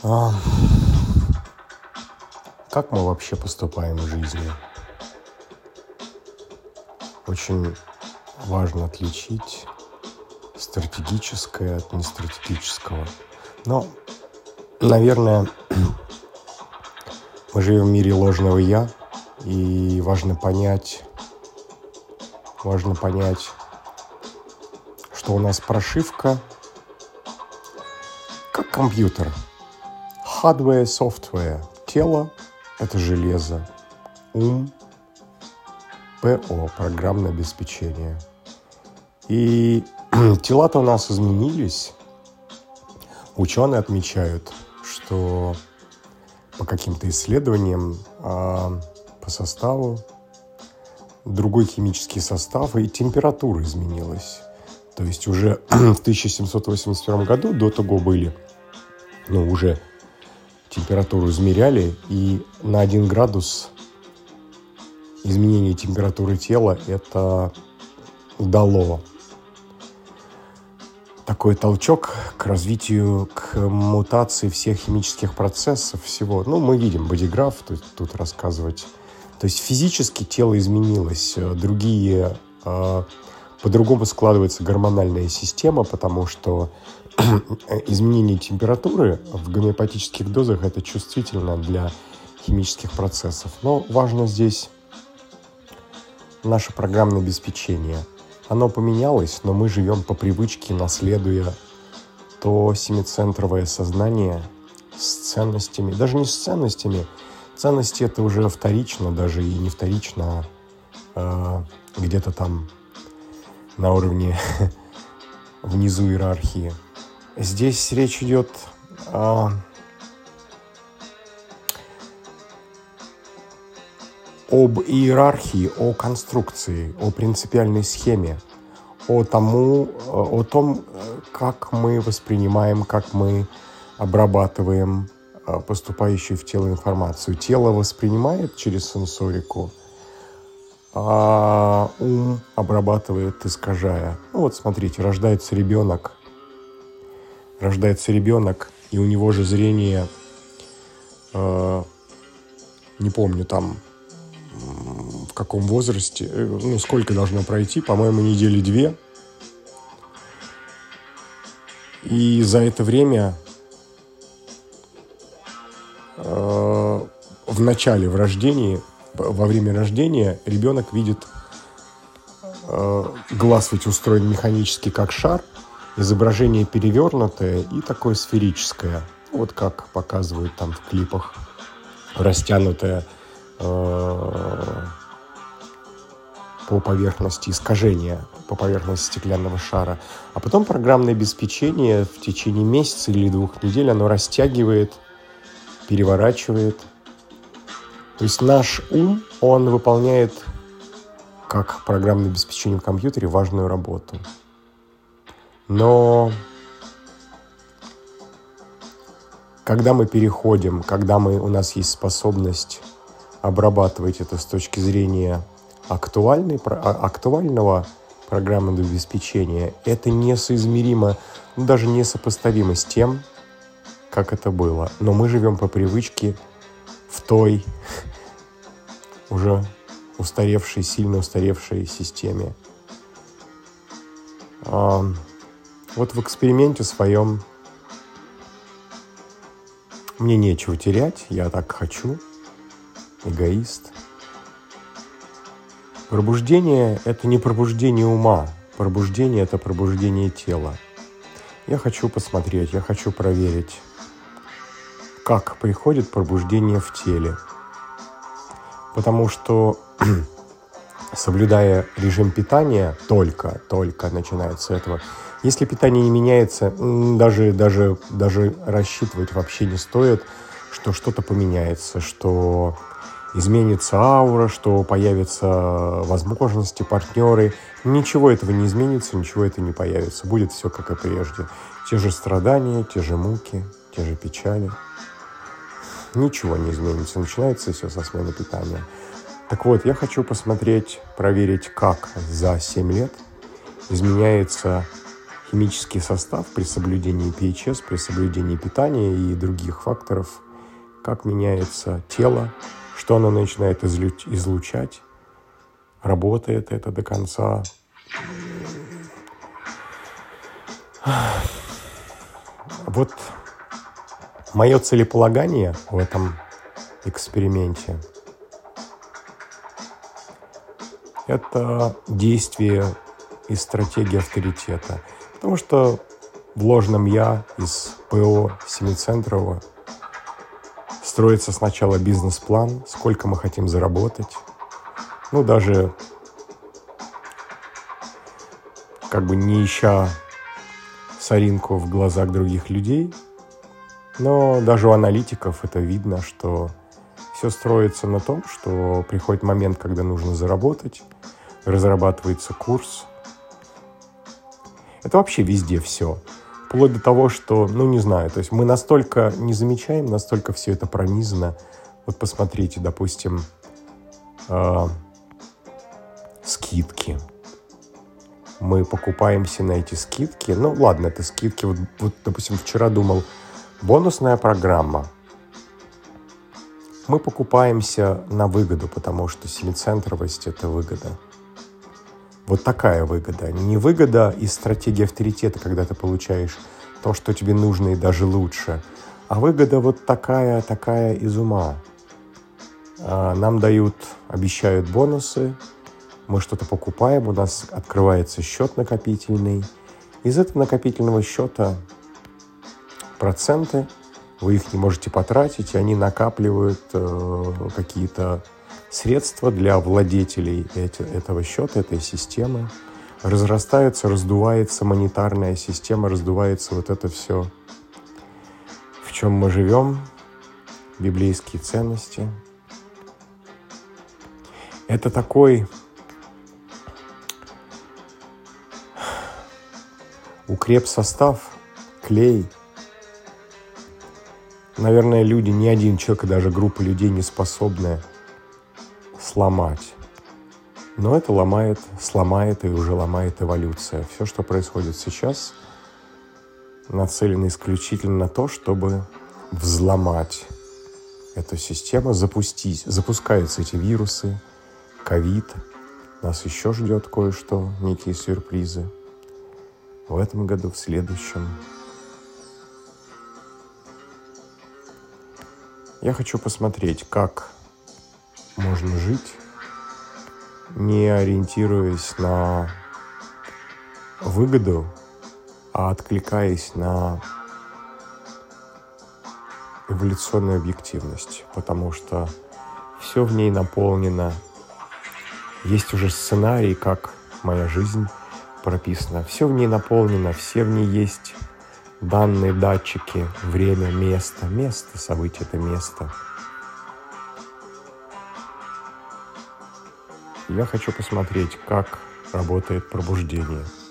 А как мы вообще поступаем в жизни? Очень важно отличить стратегическое от нестратегического. Но, наверное, мы живем в мире ложного «я», и важно понять, что у нас прошивка как компьютер. Hardware, software. Тело – это железо. Ум – ПО, программное обеспечение. И тела-то у нас изменились. Ученые отмечают, что по каким-то исследованиям по составу другой химический состав и температура изменилась. То есть уже в 1781 году до того были, уже температуру измеряли, и на 1 градус изменение температуры тела это дало такой толчок к развитию, к мутации всех химических процессов, всего. Мы видим бодиграф, тут рассказывать. То есть физически тело изменилось, по-другому складывается гормональная система, потому что изменение температуры в гомеопатических дозах это чувствительно для химических процессов. Но важно здесь наше программное обеспечение. Оно поменялось, но мы живем по привычке, наследуя то семицентровое сознание с ценностями. Даже не с ценностями. Ценности это уже вторично, даже и не вторично, где-то там на уровне внизу иерархии. Здесь речь идет об иерархии, о конструкции, о принципиальной схеме, о том, как мы воспринимаем, как мы обрабатываем поступающую в тело информацию. Тело воспринимает через сенсорику, а ум обрабатывает, искажая. Смотрите, рождается ребенок, и у него же зрение, не помню там, в каком возрасте, сколько должно пройти, по-моему, 2 недели. И за это время во время рождения ребенок видит, глаз ведь устроен механически как шар, изображение перевернутое и такое сферическое, как показывают там в клипах, растянутое по поверхности искажения, по поверхности стеклянного шара. А потом программное обеспечение в течение месяца или 2 недель оно растягивает, переворачивает. То есть наш ум, он выполняет, как программное обеспечение в компьютере, важную работу. Но когда мы переходим, у нас есть способность обрабатывать это с точки зрения актуального программного обеспечения, это несоизмеримо, даже несопоставимо с тем, как это было. Но мы живем по привычке в той уже сильно устаревшей системе. В эксперименте своем мне нечего терять, я так хочу, эгоист. Пробуждение – это не пробуждение ума, пробуждение – это пробуждение тела. Я хочу посмотреть, я хочу проверить, как приходит пробуждение в теле. Потому что, соблюдая режим питания, только начинается с этого. Если питание не меняется, даже рассчитывать вообще не стоит, что что-то поменяется, что изменится аура, что появятся возможности, партнеры. Ничего этого не изменится, ничего этого не появится. Будет все как и прежде. Те же страдания, те же муки, те же печали. Ничего не изменится. Начинается все со смены питания. Так вот, я хочу посмотреть, проверить, как за 7 лет изменяется химический состав при соблюдении pHs, при соблюдении питания и других факторов, как меняется тело, что оно начинает излучать, работает это до конца. Вот мое целеполагание в этом эксперименте — это действие и стратегия авторитета. Потому что в ложном «я» из ПО Семицентрового строится сначала бизнес-план, сколько мы хотим заработать. Ну, даже как бы не ища соринку в глазах других людей, но даже у аналитиков это видно, что все строится на том, что приходит момент, когда нужно заработать, разрабатывается курс. Это вообще везде все. Вплоть до того, что, не знаю, то есть мы настолько не замечаем, настолько все это пронизано. Вот посмотрите, допустим, скидки. Мы покупаемся на эти скидки. Ну, ладно, это скидки. Вот, допустим, вчера думал, бонусная программа. Мы покупаемся на выгоду, потому что семицентровость — это выгода. Вот такая выгода. Не выгода из стратегии авторитета, когда ты получаешь то, что тебе нужно, и даже лучше. А выгода вот такая из ума. Нам обещают бонусы, мы что-то покупаем, у нас открывается счет накопительный. Из этого накопительного счета проценты, вы их не можете потратить, и они накапливают какие-то средства для владетелей этого счета, этой системы. Разрастается, раздувается монетарная система, раздувается вот это все, в чем мы живем, библейские ценности. Это такой укрепсостав, клей. Наверное, люди, ни один человек, и даже группа людей не способны сломать. Но это сломает и уже ломает эволюция. Все, что происходит сейчас, нацелено исключительно на то, чтобы взломать эту систему, запускаются эти вирусы, ковид. Нас еще ждет кое-что, некие сюрпризы. В этом году, в следующем. Я хочу посмотреть, как можно жить, не ориентируясь на выгоду, а откликаясь на эволюционную объективность, потому что все в ней наполнено. Есть уже сценарий, как моя жизнь прописана. Все в ней наполнено, все в ней есть данные, датчики, время, место, событие — это место. Я хочу посмотреть, как работает пробуждение.